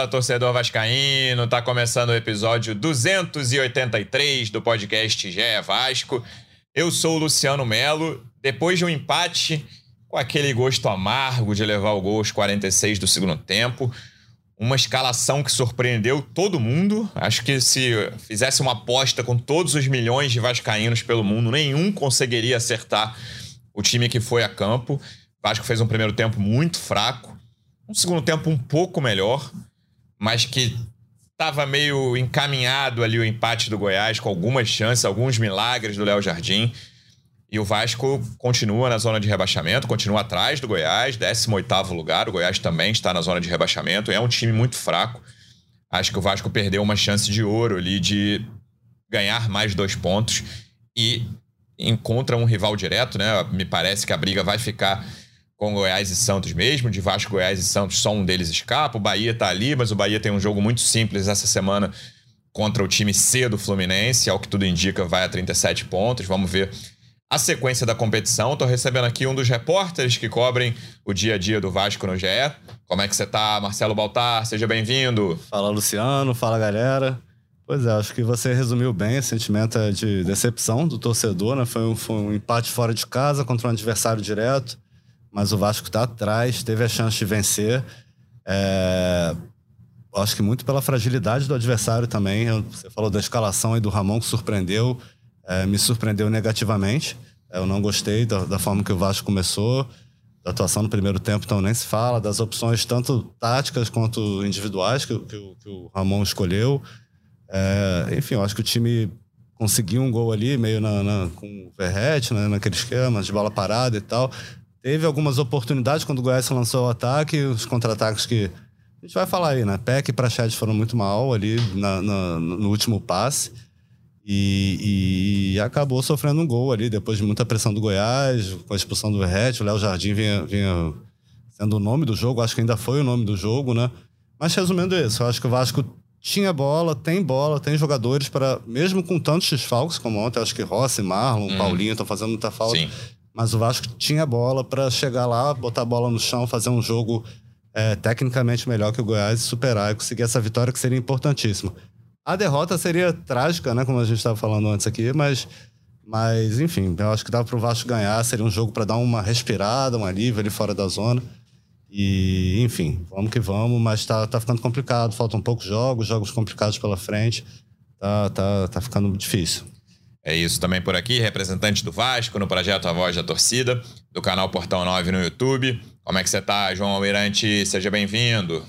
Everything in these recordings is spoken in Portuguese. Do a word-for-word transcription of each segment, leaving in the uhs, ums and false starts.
torcedor vascaíno, tá começando o episódio duzentos e oitenta e três do podcast Gé é Vasco. Eu sou o Luciano Melo. Depois de um empate com aquele gosto amargo de levar o gol aos quarenta e seis do segundo tempo, uma escalação que surpreendeu todo mundo. Acho que se fizesse uma aposta com todos os milhões de vascaínos pelo mundo, nenhum conseguiria acertar o time que foi a campo. O Vasco fez um primeiro tempo muito fraco, um segundo tempo um pouco melhor, mas que estava meio encaminhado ali o empate do Goiás, com algumas chances, alguns milagres do Léo Jardim. E o Vasco continua na zona de rebaixamento, continua atrás do Goiás, décimo oitavo lugar. O Goiás também está na zona de rebaixamento. É um time muito fraco. Acho que o Vasco perdeu uma chance de ouro ali de ganhar mais dois pontos e encontra um rival direto, né? Me parece que a briga vai ficar com Goiás e Santos mesmo. De Vasco, Goiás e Santos, só um deles escapa. O Bahia tá ali, mas o Bahia tem um jogo muito simples essa semana contra o time C do Fluminense. Ao que tudo indica, vai a trinta e sete pontos. Vamos ver a sequência da competição. Tô recebendo aqui um dos repórteres que cobrem o dia a dia do Vasco no G E. Como é que você tá, Marcelo Baltar? Seja bem-vindo. Fala, Luciano. Fala, galera. Pois é, acho que você resumiu bem. O sentimento é de decepção do torcedor, né? Foi um, foi um empate fora de casa contra um adversário direto, mas o Vasco tá atrás, teve a chance de vencer. É... Acho que muito pela fragilidade do adversário também. Você falou da escalação aí do Ramon, que surpreendeu. É, me surpreendeu negativamente. Eu não gostei da, da forma que o Vasco começou, da atuação no primeiro tempo, então nem se fala, das opções tanto táticas quanto individuais que, que, que o Ramon escolheu. É, enfim, eu acho que o time conseguiu um gol ali, meio na, na, com o Verrete, né, naquele esquema de bola parada e tal. Teve algumas oportunidades quando o Goiás lançou o ataque, os contra-ataques que a gente vai falar aí, né? Peck e Praxedes foram muito mal ali na, na, no último passe. E, e acabou sofrendo um gol ali, depois de muita pressão do Goiás, com a expulsão do Verrete. O Léo Jardim vinha, vinha sendo o nome do jogo, acho que ainda foi o nome do jogo, né? Mas resumindo isso, eu acho que o Vasco tinha bola, tem bola, tem jogadores para, mesmo com tantos desfalques como ontem, acho que Rossi, Marlon, hum. Paulinho estão fazendo muita falta. Sim. Mas o Vasco tinha bola para chegar lá, botar a bola no chão, fazer um jogo é, tecnicamente melhor que o Goiás e superar e conseguir essa vitória que seria importantíssima. A derrota seria trágica, né? Como a gente estava falando antes aqui, mas, mas enfim, eu acho que dava para o Vasco ganhar. Seria um jogo para dar uma respirada, um alívio ali fora da zona. E, enfim, vamos que vamos, mas tá, tá ficando complicado. Faltam poucos jogos, jogos complicados pela frente. Tá, tá, tá ficando difícil. É isso também por aqui, representante do Vasco no projeto A Voz da Torcida, do canal Portão nove no YouTube. Como é que você tá, João Almirante? Seja bem-vindo.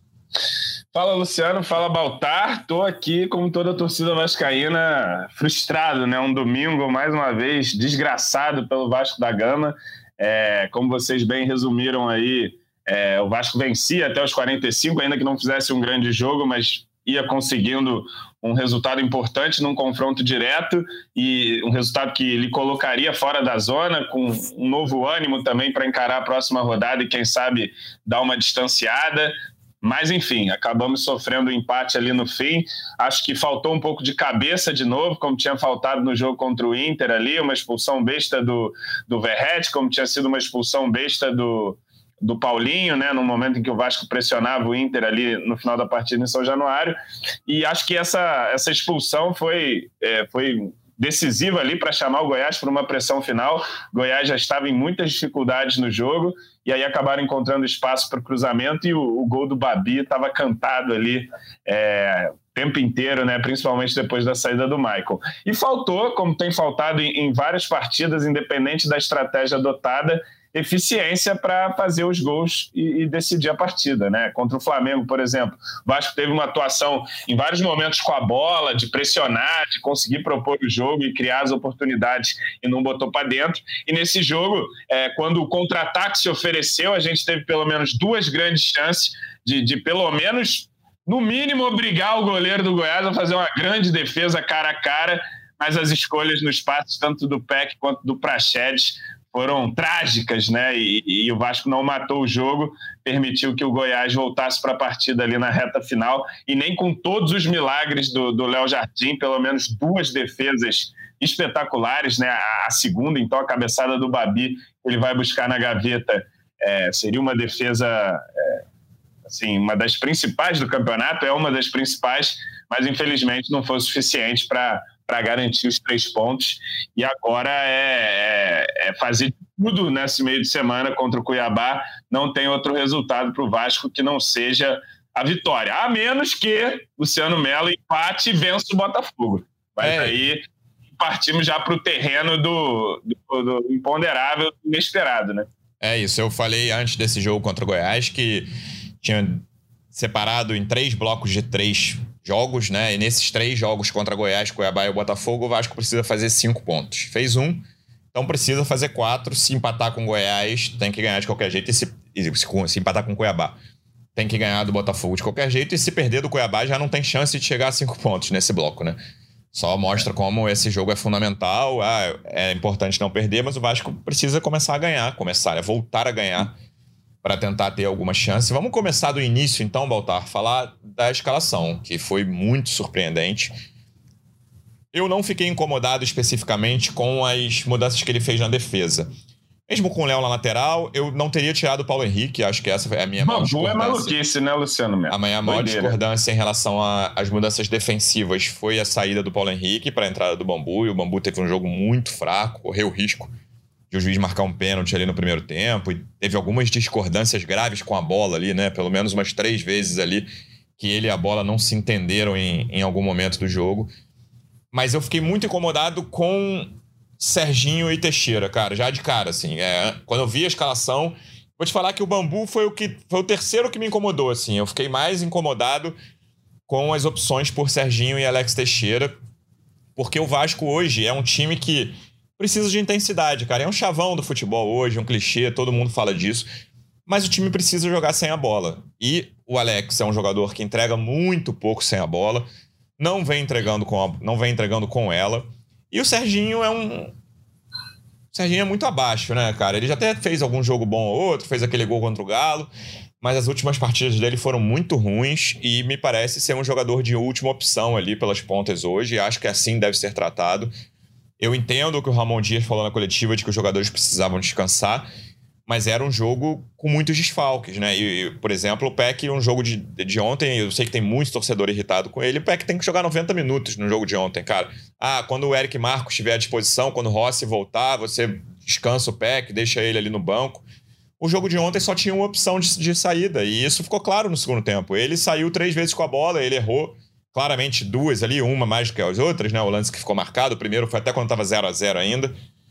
Fala, Luciano. Fala, Baltar. Tô aqui, como toda a torcida vascaína, frustrado, né? Um domingo, mais uma vez, desgraçado pelo Vasco da Gama. É, como vocês bem resumiram aí, é, o Vasco vencia até os quarenta e cinco, ainda que não fizesse um grande jogo, mas ia conseguindo um resultado importante num confronto direto e um resultado que lhe colocaria fora da zona, com um novo ânimo também para encarar a próxima rodada e, quem sabe, dar uma distanciada. Mas, enfim, acabamos sofrendo um empate ali no fim. Acho que faltou um pouco de cabeça de novo, como tinha faltado no jogo contra o Inter ali, uma expulsão besta do, do Verrete, como tinha sido uma expulsão besta do, do Paulinho, né, no momento em que o Vasco pressionava o Inter ali no final da partida em São Januário. E acho que essa, essa expulsão foi... É, foi decisiva ali para chamar o Goiás para uma pressão final. O Goiás já estava em muitas dificuldades no jogo e aí acabaram encontrando espaço para o cruzamento e o, o gol do Babi estava cantado ali é, o tempo inteiro, né? Principalmente depois da saída do Michael. E faltou, como tem faltado em, em várias partidas, independente da estratégia adotada, eficiência para fazer os gols e, e decidir a partida, né? Contra o Flamengo, por exemplo, o Vasco teve uma atuação em vários momentos com a bola, de pressionar, de conseguir propor o jogo e criar as oportunidades e não botou para dentro. E nesse jogo, é, quando o contra-ataque se ofereceu, a gente teve pelo menos duas grandes chances de, de pelo menos, no mínimo, obrigar o goleiro do Goiás a fazer uma grande defesa cara a cara, mas as escolhas nos passes, tanto do Peck quanto do Praxedes, foram trágicas, né? E, e o Vasco não matou o jogo, permitiu que o Goiás voltasse para a partida ali na reta final, e nem com todos os milagres do, do Léo Jardim, pelo menos duas defesas espetaculares, né? A, a segunda, então, a cabeçada do Babi, ele vai buscar na gaveta, é, seria uma defesa é, assim, uma das principais do campeonato, é uma das principais, mas infelizmente não foi o suficiente para para garantir os três pontos, e agora é, é, é fazer tudo nesse meio de semana contra o Cuiabá. Não tem outro resultado para o Vasco que não seja a vitória, a menos que Luciano Melo empate e vença o Botafogo. Mas é. aí partimos já para o terreno do, do, do imponderável, do inesperado, né? É isso, eu falei antes desse jogo contra o Goiás que tinha separado em três blocos de três jogos, né? E nesses três jogos contra Goiás, Cuiabá e o Botafogo, o Vasco precisa fazer cinco pontos. Fez um, então precisa fazer quatro. Se empatar com Goiás, tem que ganhar de qualquer jeito. E se, se, se empatar com Cuiabá, tem que ganhar do Botafogo de qualquer jeito. E se perder do Cuiabá, já não tem chance de chegar a cinco pontos nesse bloco, né? Só mostra como esse jogo é fundamental. Ah, é importante não perder, mas o Vasco precisa começar a ganhar, começar a voltar a ganhar para tentar ter alguma chance. Vamos começar do início, então, Baltar, falar da escalação, que foi muito surpreendente. Eu não fiquei incomodado especificamente com as mudanças que ele fez na defesa. Mesmo com o Léo na lateral, eu não teria tirado o Paulo Henrique. Acho que essa é a minha maior discordância. Bambu é maluquice, né, Luciano? Mesmo. A minha maior discordância em relação às mudanças defensivas foi a saída do Paulo Henrique para a entrada do Bambu. E o Bambu teve um jogo muito fraco, correu o risco de o juiz marcar um pênalti ali no primeiro tempo. E teve algumas discordâncias graves com a bola ali, né? Pelo menos umas três vezes ali que ele e a bola não se entenderam em, em algum momento do jogo. Mas eu fiquei muito incomodado com Serginho e Teixeira, cara, já de cara, assim. É, quando eu vi a escalação, vou te falar que o Bambu foi o, que, foi o terceiro que me incomodou, assim. Eu fiquei mais incomodado com as opções por Serginho e Alex Teixeira, porque o Vasco hoje é um time que precisa de intensidade, cara. É um chavão do futebol hoje, um clichê, todo mundo fala disso. Mas o time precisa jogar sem a bola. E o Alex é um jogador que entrega muito pouco sem a bola, não vem entregando com, a, não vem entregando com ela. E o Serginho é um... O Serginho é muito abaixo, né, cara? Ele já até fez algum jogo bom ou outro, fez aquele gol contra o Galo, mas as últimas partidas dele foram muito ruins e me parece ser um jogador de última opção ali pelas pontas hoje. Acho que assim deve ser tratado. Eu entendo o que o Ramon Dias falou na coletiva de que os jogadores precisavam descansar, mas era um jogo com muitos desfalques, né? E, e por exemplo, o Peck, um jogo de, de ontem, eu sei que tem muito torcedor irritado com ele, o Peck tem que jogar noventa minutos no jogo de ontem, cara. Ah, quando o Eric Marcos estiver à disposição, quando o Rossi voltar, você descansa o Peck, deixa ele ali no banco. O jogo de ontem só tinha uma opção de, de saída, e isso ficou claro no segundo tempo. Ele saiu três vezes com a bola, ele errou claramente duas ali, uma mais do que as outras, né? O lance que ficou marcado, o primeiro foi até quando estava zero a zero ainda.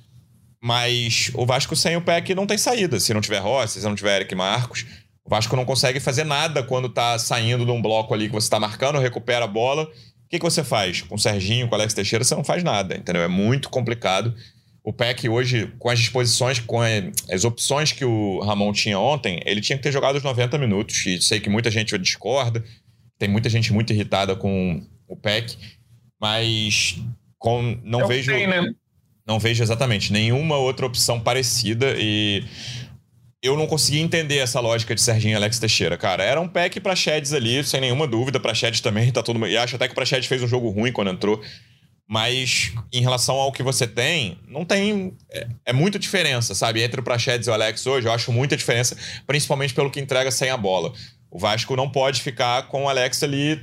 Mas o Vasco sem o Peck não tem saída. Se não tiver Rossi, se não tiver Eric Marcos, o Vasco não consegue fazer nada quando tá saindo de um bloco ali que você tá marcando, recupera a bola. O que, que você faz? Com o Serginho, com o Alex Teixeira, você não faz nada, entendeu? É muito complicado. O Peck hoje, com as disposições, com as opções que o Ramon tinha ontem, ele tinha que ter jogado os noventa minutos. E sei que muita gente discorda, tem muita gente muito irritada com o Peck, mas com, não Eu vejo... sei, né? Não vejo exatamente nenhuma outra opção parecida e eu não consegui entender essa lógica de Serginho e Alex Teixeira, cara. Era um pack pra Praxedes ali, sem nenhuma dúvida. Praxedes também tá todo mundo... E acho até que o Praxedes fez um jogo ruim quando entrou. Mas em relação ao que você tem, não tem... É, é muita diferença, sabe? Entre o Praxedes e o Alex hoje, eu acho muita diferença, principalmente pelo que entrega sem a bola. O Vasco não pode ficar com o Alex ali...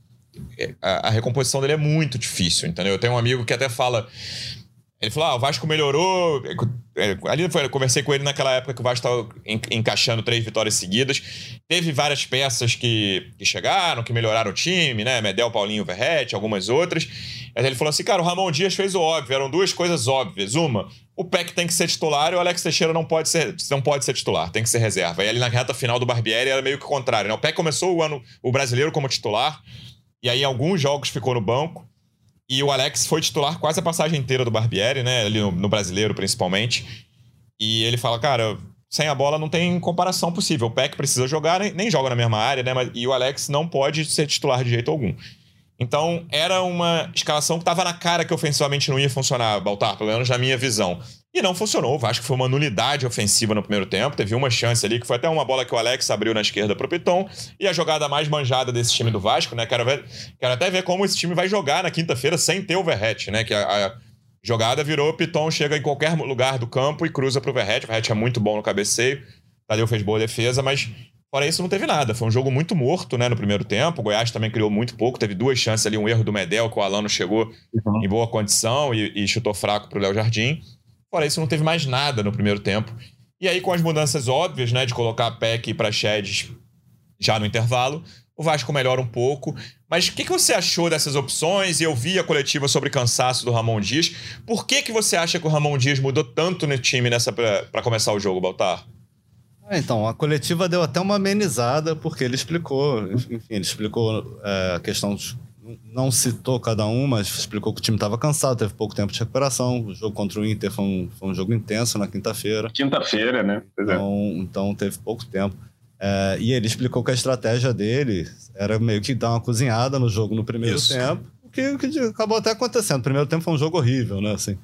A, a recomposição dele é muito difícil, entendeu? Eu tenho um amigo que até fala... Ele falou, ah, o Vasco melhorou. Ali foi, eu conversei com ele naquela época que o Vasco estava encaixando três vitórias seguidas. Teve várias peças que, que chegaram, que melhoraram o time, né? Medel, Paulinho, Verrete, algumas outras. Mas ele falou assim, cara, o Ramon Dias fez o óbvio. Eram duas coisas óbvias. Uma, o Peck tem que ser titular e o Alex Teixeira não pode ser, não pode ser titular, tem que ser reserva. E ali na reta final do Barbieri era meio que o contrário, né? O Peck começou o ano, o brasileiro como titular, e aí em alguns jogos ficou no banco. E o Alex foi titular quase a passagem inteira do Barbieri, né? Ali no, no brasileiro, principalmente. E ele fala, cara, sem a bola não tem comparação possível. O Peck precisa jogar, nem, nem joga na mesma área, né? Mas, e o Alex não pode ser titular de jeito algum. Então, era uma escalação que estava na cara que ofensivamente não ia funcionar, Baltar, pelo menos na minha visão. E não funcionou. O Vasco foi uma nulidade ofensiva no primeiro tempo. Teve uma chance ali, que foi até uma bola que o Alex abriu na esquerda pro Piton. E a jogada mais manjada desse time do Vasco, né? Quero, ver, quero até ver como esse time vai jogar na quinta-feira sem ter o Verrete, né? Que a, a jogada virou, o Piton chega em qualquer lugar do campo e cruza pro Verrete. O Verrete é muito bom no cabeceio. Tadeu fez boa defesa, mas Fora isso, não teve nada. Foi um jogo muito morto, né, no primeiro tempo. O Goiás também criou muito pouco. Teve duas chances ali, um erro do Medel, que o Alano chegou uhum. em boa condição e, e chutou fraco pro Léo Jardim. Fora isso, não teve mais nada no primeiro tempo. E aí, com as mudanças óbvias, né, de colocar a Peck para Chedes já no intervalo, o Vasco melhora um pouco. Mas o que, que você achou dessas opções? E eu vi a coletiva sobre cansaço do Ramon Dias. Por que, que você acha que o Ramon Dias mudou tanto no time nessa para começar o jogo, Baltar? Então, a coletiva deu até uma amenizada, porque ele explicou, enfim, ele explicou é, a questão, de, não citou cada um, mas explicou que o time estava cansado, teve pouco tempo de recuperação. O jogo contra o Inter foi um, foi um jogo intenso na quinta-feira. Quinta-feira, né? Então, então teve pouco tempo. É, e ele explicou que a estratégia dele era meio que dar uma cozinhada no jogo no primeiro Isso. tempo, o que, que acabou até acontecendo. O primeiro tempo foi um jogo horrível, né? Assim,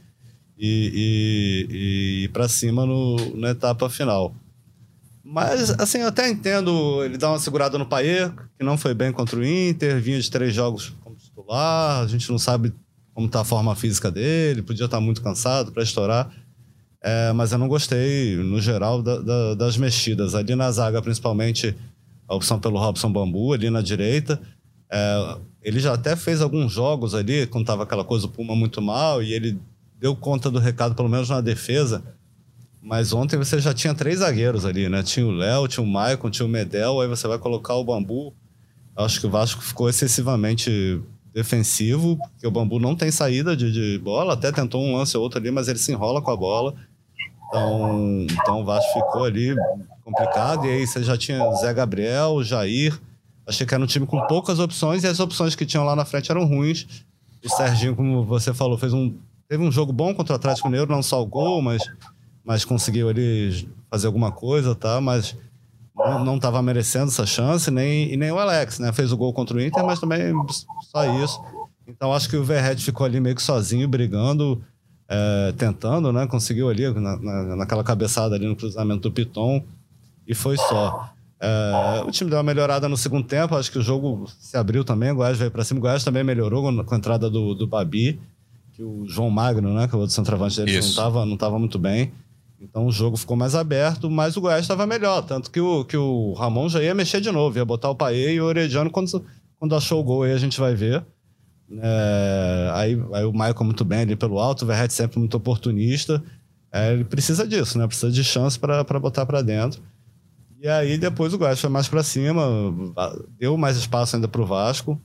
e, e, e ir para cima no, na etapa final. Mas, assim, eu até entendo ele dar uma segurada no Payet, que não foi bem contra o Inter, vinha de três jogos como titular, a gente não sabe como está a forma física dele, podia estar muito cansado para estourar. É, mas eu não gostei, no geral, da, da, das mexidas. Ali na zaga, principalmente, a opção pelo Robson Bambu, ali na direita. É, ele já até fez alguns jogos ali, quando estava aquela coisa, o Puma muito mal, e ele deu conta do recado, pelo menos na defesa. Mas ontem você já tinha três zagueiros ali, né? Tinha o Léo, tinha o Maicon, tinha o Medel, aí você vai colocar o Bambu. Acho que o Vasco ficou excessivamente defensivo, porque o Bambu não tem saída de, de bola, até tentou um lance ou outro ali, mas ele se enrola com a bola. Então, então o Vasco ficou ali complicado, e aí você já tinha Zé Gabriel, Jair. Achei que era um time com poucas opções, e as opções que tinham lá na frente eram ruins. O Serginho, como você falou, fez um, teve um jogo bom contra o Atlético Mineiro, não só o gol, mas... mas conseguiu ali fazer alguma coisa, tá? Mas não estava merecendo essa chance, nem, e nem o Alex, né? Fez o gol contra o Inter, mas também só isso. Então, acho que o Verratti ficou ali meio que sozinho, brigando, é, tentando, né? Conseguiu ali, na, na, naquela cabeçada ali no cruzamento do Piton, e foi só. É, o time deu uma melhorada no segundo tempo, acho que o jogo se abriu também, o Goiás veio para cima, o Goiás também melhorou com a entrada do, do Babi, que o João Magno, né? Que é o outro centroavante dele, não estava não tava muito bem. Então o jogo ficou mais aberto, mas o Goiás estava melhor. Tanto que o, que o Ramon já ia mexer de novo, ia botar o Payet e o Orediano quando, quando achou o gol, aí a gente vai ver. É, aí, aí o Maicon muito bem ali pelo alto, o Verratti sempre muito oportunista. É, ele precisa disso, né? Precisa de chance para botar para dentro. E aí depois o Goiás foi mais para cima, deu mais espaço ainda para o Vasco.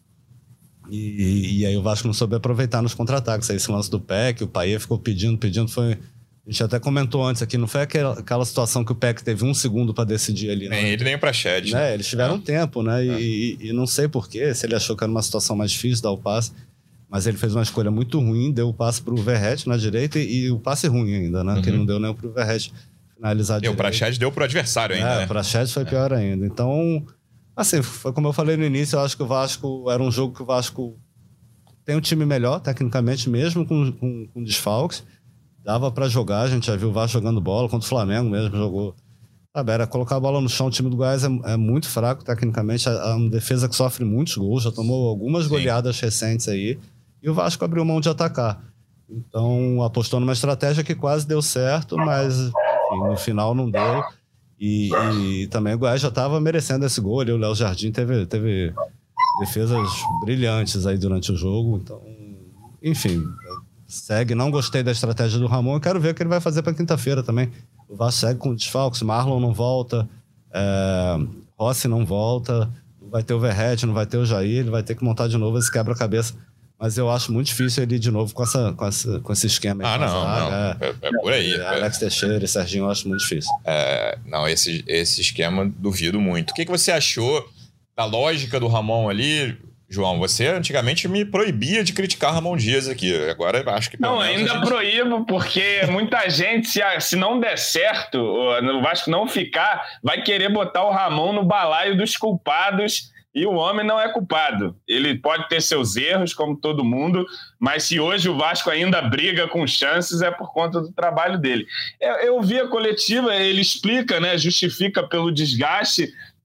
E, e aí o Vasco não soube aproveitar nos contra-ataques. Aí esse lance do Peck, o Payet ficou pedindo, pedindo, foi... A gente até comentou antes aqui, não foi aquela, aquela situação que o Peck teve um segundo para decidir ali. Nem ele, nem o Praxedes. Né? Né? Eles tiveram é. tempo, né? É. E, e, e não sei porquê, se ele achou que era uma situação mais difícil dar o passe, mas ele fez uma escolha muito ruim, deu o passe pro Verratti na direita e, e o passe ruim ainda, né? Uhum. Que ele não deu nem pro Verratti finalizar direito. E o Praxedes deu pro adversário ainda, é, né? O Praxedes foi é. pior ainda. Então, assim, foi como eu falei no início, eu acho que o Vasco era um jogo que o Vasco tem um time melhor, tecnicamente, mesmo com, com, com desfalques. Dava pra jogar, a gente já viu o Vasco jogando bola, contra o Flamengo mesmo, jogou. Sabe, era colocar a bola no chão, o time do Goiás é, é muito fraco, tecnicamente, é uma defesa que sofre muitos gols, já tomou algumas Sim. goleadas recentes aí, e o Vasco abriu mão de atacar. Então, apostou numa estratégia que quase deu certo, mas, enfim, no final não deu. E, e também o Goiás já estava merecendo esse gol, ali, o Léo Jardim teve, teve defesas brilhantes aí durante o jogo, então, enfim... Segue, não gostei da estratégia do Ramon, eu quero ver o que ele vai fazer para quinta-feira também. O Vasco segue com desfalques, Marlon não volta, é, Rossi não volta, vai ter o Verratti, não vai ter o Jair, ele vai ter que montar de novo esse quebra-cabeça. Mas eu acho muito difícil ele ir de novo com, essa, com, essa, com esse esquema. Ah, não, não. É, é, é por aí. É, Alex Teixeira e Serginho eu acho muito difícil. É, não, esse, esse esquema duvido muito. O que, que você achou da lógica do Ramon ali... João, você antigamente me proibia de criticar Ramon Dias aqui. Agora acho que... Não, ainda gente... proíbo, porque muita gente, se, se não der certo, o Vasco não ficar, vai querer botar o Ramon no balaio dos culpados, e o homem não é culpado. Ele pode ter seus erros, como todo mundo, mas se hoje o Vasco ainda briga com chances, é por conta do trabalho dele. Eu, eu vi a coletiva, ele explica, né, justifica pelo desgaste.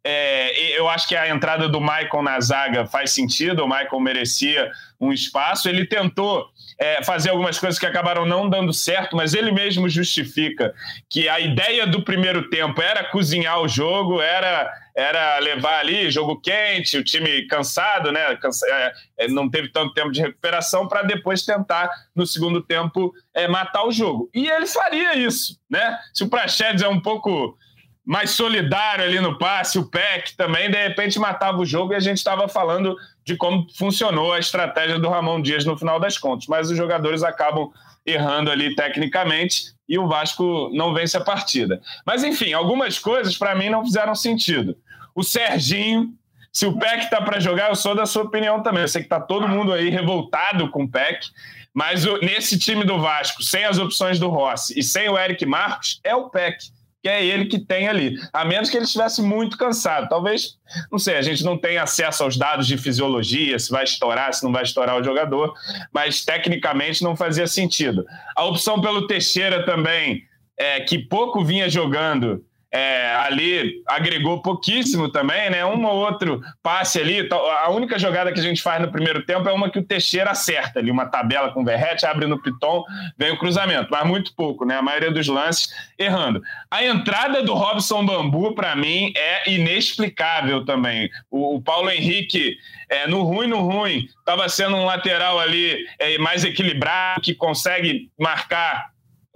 É, eu acho que a entrada do Maicon na zaga faz sentido, o Maicon merecia um espaço. Ele tentou é, fazer algumas coisas que acabaram não dando certo, mas ele mesmo justifica que a ideia do primeiro tempo era cozinhar o jogo, era, era levar ali jogo quente, o time cansado, né? Cansa, é, não teve tanto tempo de recuperação para depois tentar, no segundo tempo, é, matar o jogo. E ele faria isso, né? Se o Praxedes é um pouco mais solidário ali no passe, o Peck também, de repente matava o jogo, e a gente estava falando de como funcionou a estratégia do Ramon Dias no final das contas. Mas os jogadores acabam errando ali tecnicamente e o Vasco não vence a partida. Mas, enfim, algumas coisas para mim não fizeram sentido. O Serginho, se o Peck está para jogar, eu sou da sua opinião também. Eu sei que está todo mundo aí revoltado com o Peck, mas o, nesse time do Vasco, sem as opções do Rossi e sem o Eric Marcos, é o Peck, que é ele que tem ali, a menos que ele estivesse muito cansado. Talvez, não sei, a gente não tem acesso aos dados de fisiologia, se vai estourar, se não vai estourar o jogador, mas tecnicamente não fazia sentido. A opção pelo Teixeira também, é, que pouco vinha jogando, é, ali agregou pouquíssimo também, né? Um ou outro passe ali. A única jogada que a gente faz no primeiro tempo é uma que o Teixeira acerta ali, uma tabela com o Verrete, abre no piton, vem o cruzamento, mas muito pouco, né? A maioria dos lances errando. A entrada do Robson Bambu, para mim, é inexplicável também. O, o Paulo Henrique, é, no ruim, no ruim, estava sendo um lateral ali é, mais equilibrado, que consegue marcar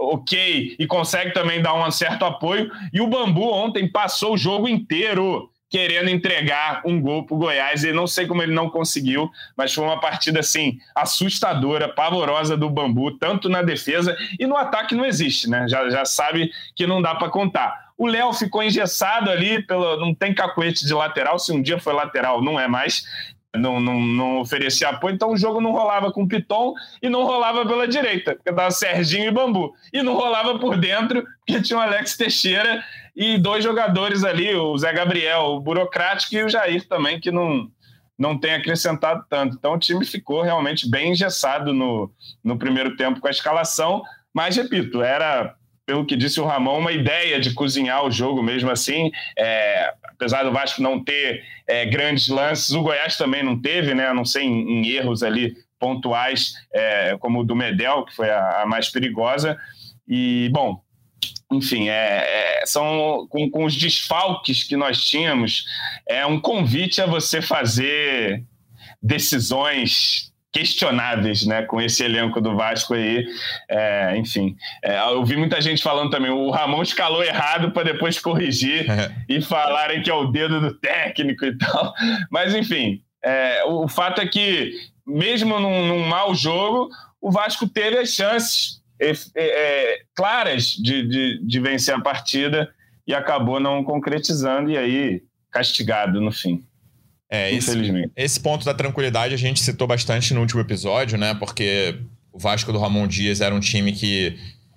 ok, e consegue também dar um certo apoio, e o Bambu ontem passou o jogo inteiro querendo entregar um gol pro Goiás, e não sei como ele não conseguiu, mas foi uma partida, assim, assustadora, pavorosa do Bambu, tanto na defesa, e no ataque não existe, né, já, já sabe que não dá para contar. O Léo ficou engessado ali, pelo, não tem cacuete de lateral, se um dia foi lateral, não é mais, Não, não, não oferecia apoio, então o jogo não rolava com o Piton e não rolava pela direita, porque dava Serginho e Bambu, e não rolava por dentro, porque tinha o Alex Teixeira e dois jogadores ali, o Zé Gabriel, o burocrático, e o Jair também, que não, não tem acrescentado tanto. Então o time ficou realmente bem engessado no, no primeiro tempo com a escalação, mas repito, era, pelo que disse o Ramon, uma ideia de cozinhar o jogo mesmo assim, é, apesar do Vasco não ter é, grandes lances, o Goiás também não teve, né, a não ser em, em erros ali pontuais, é, como o do Medel, que foi a, a mais perigosa, e, bom, enfim, é, é, são, com, com os desfalques que nós tínhamos, é um convite a você fazer decisões questionáveis, né, com esse elenco do Vasco aí, é, enfim, é, eu vi muita gente falando também, o Ramon escalou errado para depois corrigir e falarem que é o dedo do técnico e tal, mas enfim, é, o, o fato é que mesmo num, num mau jogo, o Vasco teve as chances é, é, claras de, de, de vencer a partida e acabou não concretizando, e aí castigado no fim. É, esse, esse ponto da tranquilidade a gente citou bastante no último episódio, né? Porque o Vasco do Ramon Dias era um time que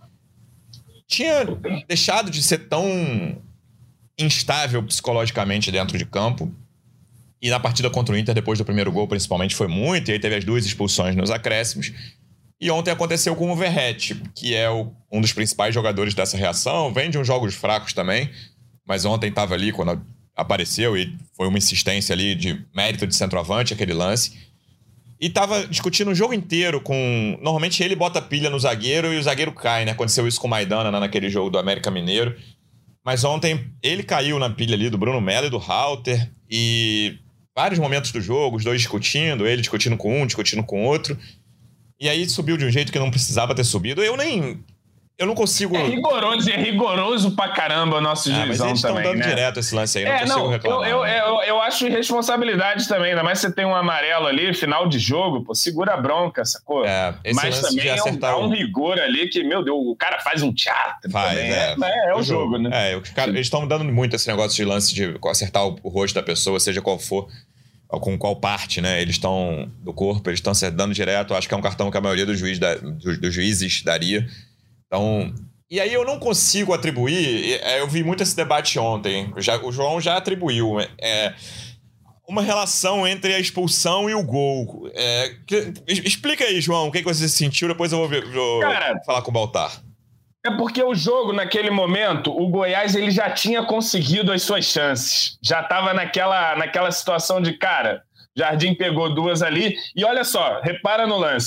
tinha deixado de ser tão instável psicologicamente dentro de campo. E na partida contra o Inter, depois do primeiro gol, principalmente, foi muito. E aí teve as duas expulsões nos acréscimos. E ontem aconteceu com o Verrete, que é o, um dos principais jogadores dessa reação. Vem de uns jogos fracos também, mas ontem estava ali quando apareceu e foi uma insistência ali de mérito de centroavante, aquele lance. E tava discutindo o jogo inteiro com... Normalmente ele bota pilha no zagueiro e o zagueiro cai, né? Aconteceu isso com o Maidana, né? Naquele jogo do América Mineiro. Mas ontem ele caiu na pilha ali do Bruno Melo e do Halter. E vários momentos do jogo, os dois discutindo, ele discutindo com um, discutindo com outro. E aí subiu de um jeito que não precisava ter subido. Eu nem... Eu não consigo... É rigoroso, é rigoroso pra caramba o nosso ah, juizão mas eles também, estão dando né? direto esse lance aí, não é, consigo não, reclamar. Eu, eu, eu, eu acho irresponsabilidade também, ainda mais se você tem um amarelo ali, final de jogo, pô, segura a bronca, sacou? É, esse mas lance também de acertar é um, o... um rigor ali que, meu Deus, o cara faz um teatro faz, também. É, é, é o, o jogo, jogo, né? É, os cara, eles estão dando muito esse negócio de lance de acertar o, o rosto da pessoa, seja qual for, com qual parte, né? Eles estão do corpo, eles estão dando direto. Acho que é um cartão que a maioria dos, juiz da, dos, dos juízes daria. Então... E aí eu não consigo atribuir, eu vi muito esse debate ontem, já, o João já atribuiu, é, uma relação entre a expulsão e o gol. É, que, explica aí, João, o que, que você sentiu, depois eu vou, vou Cara, falar com o Baltar. É porque o jogo, naquele momento, o Goiás ele já tinha conseguido as suas chances, já estava naquela, naquela situação de, cara, Jardim pegou duas ali, e olha só, repara no lance.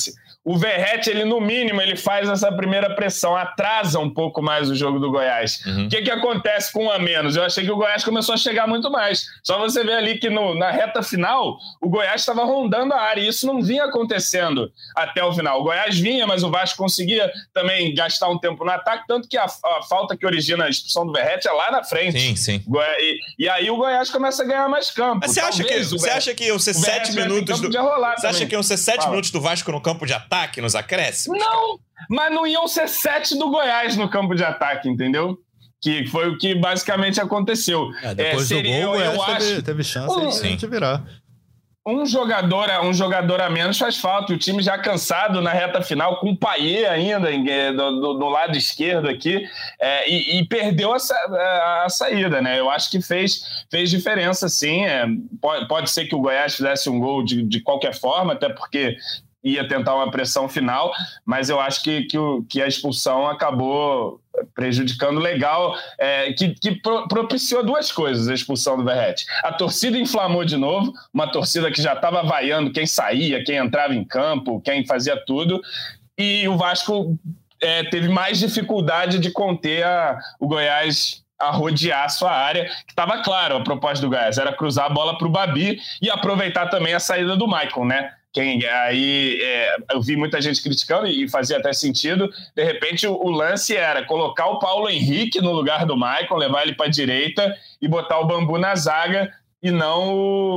o Verratti, ele no mínimo, ele faz essa primeira pressão, atrasa um pouco mais o jogo do Goiás. Uhum. O que que acontece com um a menos? Eu achei que o Goiás começou a chegar muito mais. Só você ver ali que no, na reta final, o Goiás estava rondando a área, e isso não vinha acontecendo até o final. O Goiás vinha, mas o Vasco conseguia também gastar um tempo no ataque, tanto que a, a falta que origina a expulsão do Verratti é lá na frente. Sim, sim. E, e aí o Goiás começa a ganhar mais campo. Mas você acha que, você acha que iam ser sete minutos do... Você acha que iam ser sete minutos do Vasco no campo de ataque? Ataque nos acréscimos? Não, mas não iam ser sete do Goiás no campo de ataque, entendeu? Que foi o que basicamente aconteceu. É, depois é, seria, do gol, eu, o Goiás teve, teve chance um, de, de virar. Um jogador, um jogador a menos faz falta. O time já cansado na reta final, com o Payet ainda do, do, do lado esquerdo aqui, é, e, e perdeu a, a, a saída, né? Eu acho que fez, fez diferença, sim. É, pode, pode ser que o Goiás fizesse um gol de, de qualquer forma, até porque ia tentar uma pressão final, mas eu acho que, que, o, que a expulsão acabou prejudicando legal, é, que, que pro, propiciou duas coisas, a expulsão do Verratti. A torcida inflamou de novo, uma torcida que já estava vaiando quem saía, quem entrava em campo, quem fazia tudo, e o Vasco é, teve mais dificuldade de conter a, o Goiás a rodear a sua área, que estava claro, a proposta do Goiás era cruzar a bola para o Babi e aproveitar também a saída do Maicon, né? Quem, aí é, eu vi muita gente criticando e fazia até sentido. De repente, o, o lance era colocar o Paulo Henrique no lugar do Maicon, levar ele para a direita e botar o Bambu na zaga e não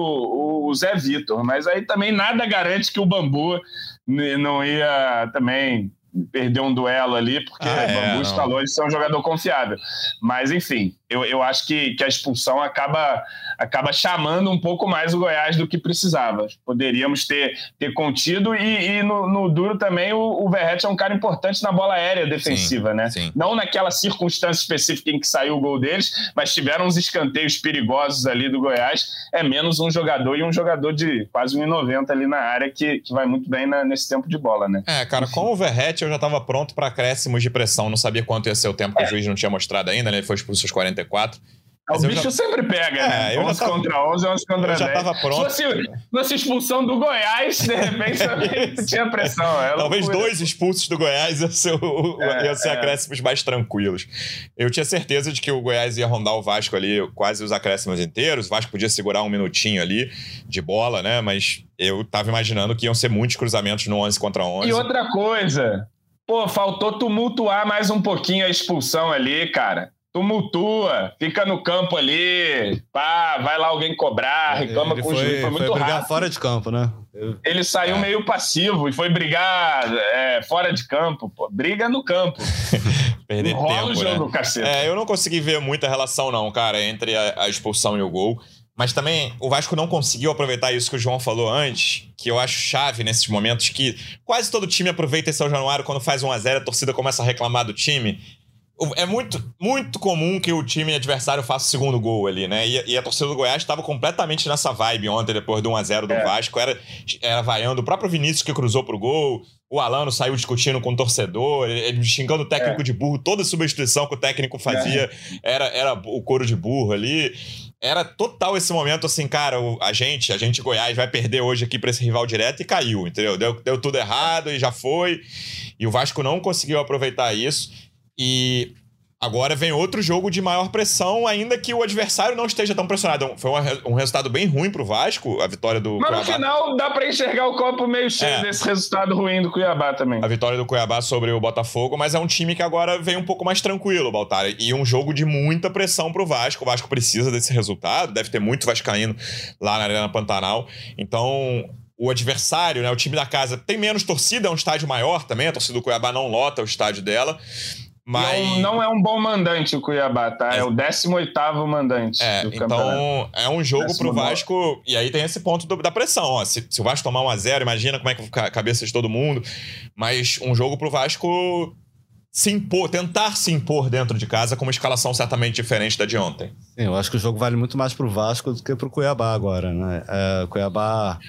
o, o Zé Vitor. Mas aí também nada garante que o Bambu não ia também perder um duelo ali, porque ah, o Bambu é, está longe de ser um jogador confiável. Mas, enfim, eu, eu acho que, que a expulsão acaba, acaba chamando um pouco mais o Goiás do que precisava. Poderíamos ter, ter contido e, e no, no duro também o, o Verratti é um cara importante na bola aérea defensiva, sim, né? Sim. Não naquela circunstância específica em que saiu o gol deles, mas tiveram uns escanteios perigosos ali do Goiás. É menos um jogador e um jogador de quase um e noventa ali na área que, que vai muito bem na, nesse tempo de bola, né? É, cara, enfim. Com o Verratti eu já estava pronto para acréscimos de pressão. Não sabia quanto ia ser o tempo que é. O juiz não tinha mostrado ainda, né? Ele foi expulso aos quarenta e quatro. O bicho já... sempre pega, é, né? onze tava... contra onze, onze contra dez. Eu já tava pronto. Se fosse, fosse expulsão do Goiás, de repente também tinha pressão. É Talvez dois expulsos do Goiás iam ser, o... é, iam ser é. acréscimos mais tranquilos. Eu tinha certeza de que o Goiás ia rondar o Vasco ali quase os acréscimos inteiros. O Vasco podia segurar um minutinho ali de bola, né? Mas eu tava imaginando que iam ser muitos cruzamentos no onze contra onze. E outra coisa, pô, faltou tumultuar mais um pouquinho a expulsão ali, cara. Tumultua, fica no campo ali, pá, vai lá alguém cobrar, reclama ele com foi, o juiz, foi muito foi brigar rápido. Fora de campo, né? Eu... Ele saiu é. meio passivo e foi brigar é, fora de campo, pô. Briga no campo. Perder Enrola tempo, o jogo, né? cacete. É, eu não consegui ver muita relação não, cara, entre a, a expulsão e o gol. Mas também o Vasco não conseguiu aproveitar isso que o João falou antes, que eu acho chave nesses momentos, que quase todo time aproveita esse São Januário quando faz um a zero, a torcida começa a reclamar do time. É muito, muito comum que o time adversário faça o segundo gol ali, né? E, e a torcida do Goiás estava completamente nessa vibe ontem, depois do um a zero do é. Vasco. Era, era vaiando o próprio Vinícius que cruzou pro gol. O Alano saiu discutindo com o torcedor, ele xingando o técnico é. de burro. Toda substituição que o técnico fazia é. era, era o couro de burro ali. Era total esse momento assim, cara, a gente, a gente Goiás vai perder hoje aqui pra esse rival direto e caiu, entendeu? Deu, deu tudo errado e já foi. E o Vasco não conseguiu aproveitar isso. E agora vem outro jogo de maior pressão, ainda que o adversário não esteja tão pressionado. Foi um, um resultado bem ruim pro Vasco, a vitória do Mas Cuiabá. No final dá pra enxergar o copo meio cheio é. desse resultado ruim do Cuiabá também. A vitória do Cuiabá sobre o Botafogo, mas é um time que agora vem um pouco mais tranquilo, Baltar. E um jogo de muita pressão pro Vasco. O Vasco precisa desse resultado, deve ter muito vascaíno lá na Arena Pantanal. Então... O adversário, né, o time da casa, tem menos torcida, é um estádio maior também, a torcida do Cuiabá não lota o estádio dela. Mas... Não, não é um bom mandante o Cuiabá, tá? É, é o décimo oitavo mandante é, do então campeonato. É um jogo décimo pro Vasco, nove. E aí tem esse ponto do, da pressão. Ó. Se, se o Vasco tomar um a zero, imagina como é que fica a cabeça de todo mundo. Mas um jogo pro Vasco se impor, tentar se impor dentro de casa com uma escalação certamente diferente da de ontem. Sim, eu acho que o jogo vale muito mais pro Vasco do que pro Cuiabá agora, né? É, o Cuiabá...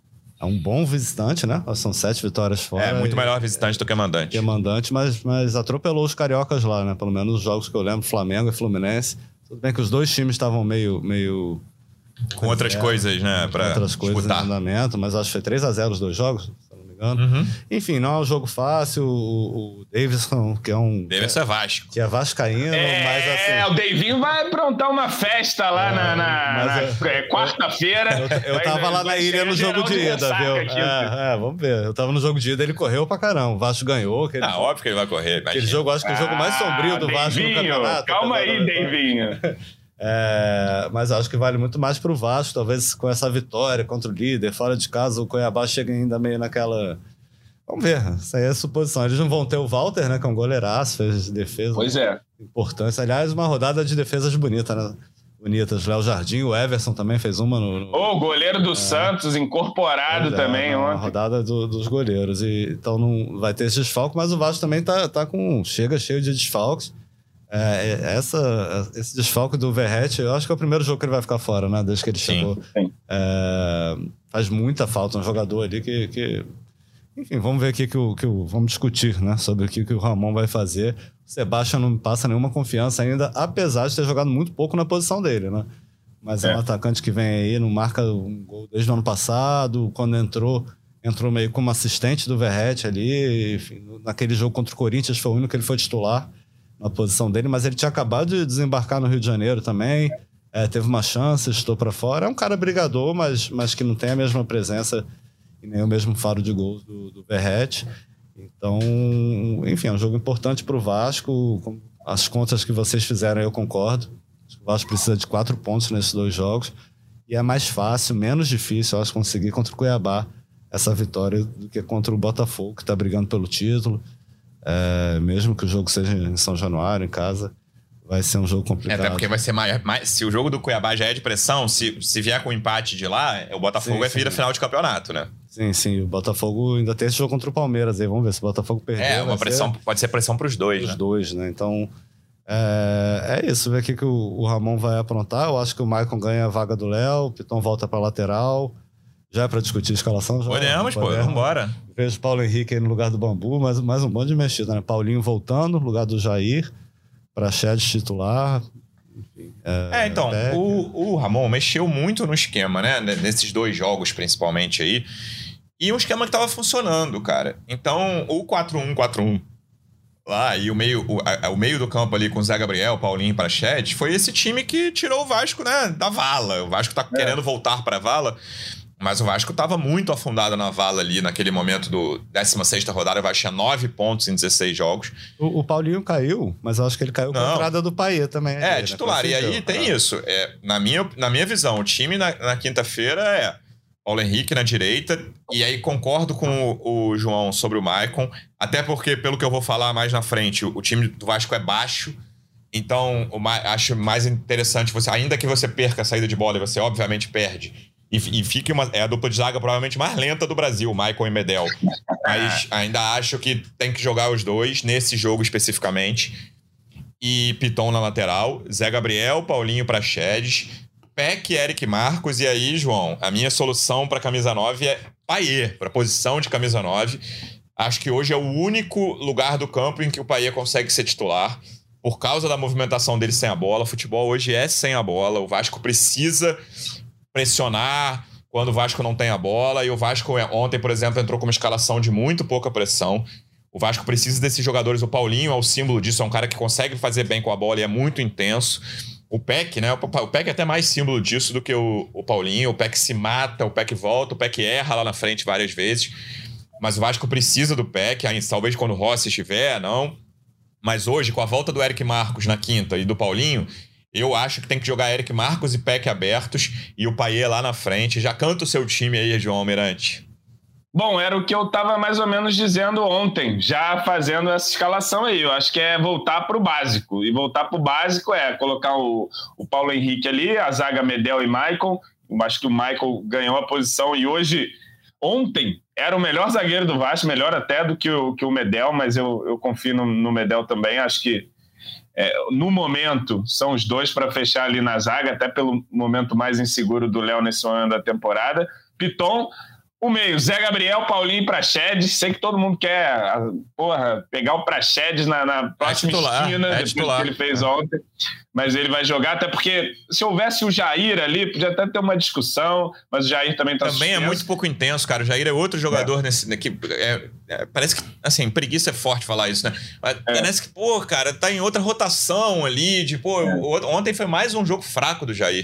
É um bom visitante, né? São sete vitórias fora. É muito melhor visitante do que mandante. Que mandante, mas, mas atropelou os cariocas lá, né? Pelo menos os jogos que eu lembro, Flamengo e Fluminense. Tudo bem que os dois times estavam meio... meio com outras é, coisas, né? Com outras coisas em andamento, mas acho que foi três a zero os dois jogos, se não me engano. engano. Uhum. Enfim, não é um jogo fácil. O, o Davidson, que é um... Davidson é Vasco. Que é vascaíno, é, mas assim... É, o Davinho vai aprontar uma festa lá é, na, na, na é, quarta-feira. Eu, eu tava lá na ilha no jogo de ida, viu? Aqui, é, é, vamos ver. Eu tava no jogo de ida, ele correu pra caramba. O Vasco ganhou. Aquele, ah, óbvio que ele vai correr. Imagina. Aquele jogo, acho que é o jogo mais sombrio do ah, Vasco Davinho, no campeonato. Calma aí, Davinho. É, mas acho que vale muito mais pro Vasco, talvez com essa vitória contra o líder, fora de casa, o Cuiabá chega ainda meio naquela... Vamos ver, isso aí é suposição. Eles não vão ter o Walter, né, que é um goleiraço, fez defesa. Pois é. Importante. Aliás, uma rodada de defesas bonita, né? Bonitas. Léo Jardim, o Everson também fez uma no... no... O goleiro do é. Santos, incorporado é, também. Uma rodada do, dos goleiros. E, então não vai ter esse desfalque, mas o Vasco também tá, tá com... Chega cheio de desfalques. É, essa, esse desfalque do Verratti, eu acho que é o primeiro jogo que ele vai ficar fora, né? Desde que ele sim, chegou. Sim. É, faz muita falta um jogador ali que... que... Enfim, vamos ver aqui que o, que o... Vamos discutir, né? Sobre o que, que o Ramon vai fazer. O Sebastião não me passa nenhuma confiança ainda, apesar de ter jogado muito pouco na posição dele, né? Mas é, é um atacante que vem aí, não marca um gol desde o ano passado. Quando entrou, entrou meio como assistente do Verratti ali. Enfim, naquele jogo contra o Corinthians foi o único que ele foi titular na posição dele, mas ele tinha acabado de desembarcar no Rio de Janeiro também. É, teve uma chance, estou para fora. É um cara brigador, mas, mas que não tem a mesma presença e nem o mesmo faro de gols do, do Verratti. Então, enfim, é um jogo importante para o Vasco. As contas que vocês fizeram, eu concordo. O Vasco precisa de quatro pontos nesses dois jogos. E é mais fácil, menos difícil, eu acho, conseguir contra o Cuiabá essa vitória do que contra o Botafogo, que está brigando pelo título. É, mesmo que o jogo seja em São Januário, em casa, vai ser um jogo complicado. É, até porque vai ser mais, mais... Se o jogo do Cuiabá já é de pressão, se, se vier com um empate de lá, o Botafogo sim, vai vir a final de campeonato, né? Sim, sim. O Botafogo ainda tem esse jogo contra o Palmeiras aí. Vamos ver se o Botafogo perder. É, uma pressão, ser... pode ser pressão para os dois, Os né? dois, né? Então, é, é isso. Ver o que o, o Ramon vai aprontar. Eu acho que o Maicon ganha a vaga do Léo, o Piton volta para lateral. Já é para discutir a escalação? Já Podemos, pô. Vamos embora. Vejo o Paulo Henrique aí no lugar do Bambu, mas mais um monte de mexida, né? Paulinho voltando no lugar do Jair, para Shed titular. Enfim, é, é, então, o, o Ramon mexeu muito no esquema, né? Nesses dois jogos, principalmente aí. E um esquema que tava funcionando, cara. Então, o quatro um quatro um lá e o meio, o, a, o meio do campo ali com o Zé Gabriel, Paulinho para Shed, foi esse time que tirou o Vasco, né, da vala. O Vasco tá é. querendo voltar pra vala. Mas o Vasco estava muito afundado na vala ali, naquele momento do décima sexta rodada. O Vasco tinha nove pontos em dezesseis jogos. O, o Paulinho caiu, mas eu acho que ele caiu com a entrada do Payet também. É, ali, titular. Né? E aí tem ah. isso. É, na, minha, na minha visão, o time na, na quinta-feira é Paulo Henrique na direita. E aí concordo com o, o João sobre o Maicon. Até porque, pelo que eu vou falar mais na frente, o, o time do Vasco é baixo. Então, o, acho mais interessante, você, ainda que você perca a saída de bola, e você obviamente perde... E, e fique uma, é a dupla de zaga provavelmente mais lenta do Brasil, Maicon e Medel. Mas ainda acho que tem que jogar os dois, nesse jogo especificamente. E Piton na lateral, Zé Gabriel, Paulinho para Shed, Peck, Eric Marcos. E aí, João, a minha solução para camisa nove é Payet, para posição de camisa nove. Acho que hoje é o único lugar do campo em que o Payet consegue ser titular. Por causa da movimentação dele sem a bola. O futebol hoje é sem a bola. O Vasco precisa... pressionar quando o Vasco não tem a bola. E o Vasco ontem, por exemplo, entrou com uma escalação de muito pouca pressão. O Vasco precisa desses jogadores. O Paulinho é o símbolo disso, é um cara que consegue fazer bem com a bola e é muito intenso. O Peck, né? O Peck é até mais símbolo disso do que o, o Paulinho. O Peck se mata, o Peck volta, o Peck erra lá na frente várias vezes. Mas o Vasco precisa do Peck, aí, talvez quando o Rossi estiver, não. Mas hoje, com a volta do Eric Marcos na quinta e do Paulinho... Eu acho que tem que jogar Eric Marcos e Peck abertos e o Payet lá na frente. Já canta o seu time aí, João Almirante. Bom, era o que eu estava mais ou menos dizendo ontem, já fazendo essa escalação aí. Eu acho que é voltar para o básico. E voltar para o básico é colocar o, o Paulo Henrique ali, a zaga Medel e Maicon. Eu acho que o Maicon ganhou a posição e hoje, ontem, era o melhor zagueiro do Vasco, melhor até do que o, que o Medel, mas eu, eu confio no, no Medel também. Acho que É, no momento, são os dois para fechar ali na zaga, até pelo momento mais inseguro do Léo nesse momento da temporada. Piton, O meio, Zé Gabriel, Paulinho e Praxedes. Sei que todo mundo quer, porra, pegar o Praxedes na, na próxima é titular, esquina, é depois do que ele fez ontem. Mas ele vai jogar, até porque se houvesse o Jair ali, podia até ter uma discussão, mas o Jair também tá Também suspenso. É muito pouco intenso, cara. O Jair é outro jogador é. nesse... Que, é, é, parece que, assim, preguiça é forte falar isso, né? Mas é. Parece que, pô, cara, tá em outra rotação ali, de, pô, é. ontem foi mais um jogo fraco do Jair.